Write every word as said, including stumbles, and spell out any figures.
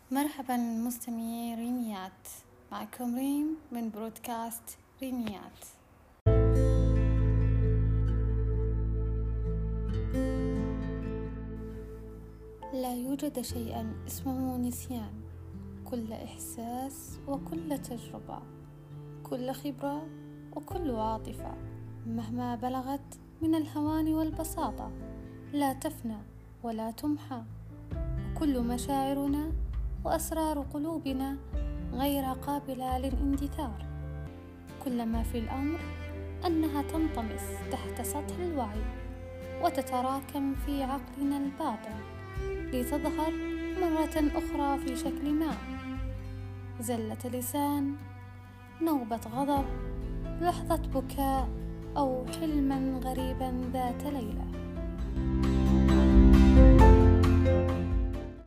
مرحبا مستمعي رينيات، معكم ريم من برودكاست رينيات. لا يوجد شيئا اسمه نسيان. كل إحساس وكل تجربة، كل خبرة وكل عاطفة مهما بلغت من الهوان والبساطة لا تفنى ولا تمحى. كل مشاعرنا وأسرار قلوبنا غير قابلة للاندثار. كل ما في الأمر أنها تنطمس تحت سطح الوعي وتتراكم في عقلنا الباطن لتظهر مرة أخرى في شكل ما: زلة لسان، نوبة غضب، لحظة بكاء، أو حلما غريبا ذات ليلة.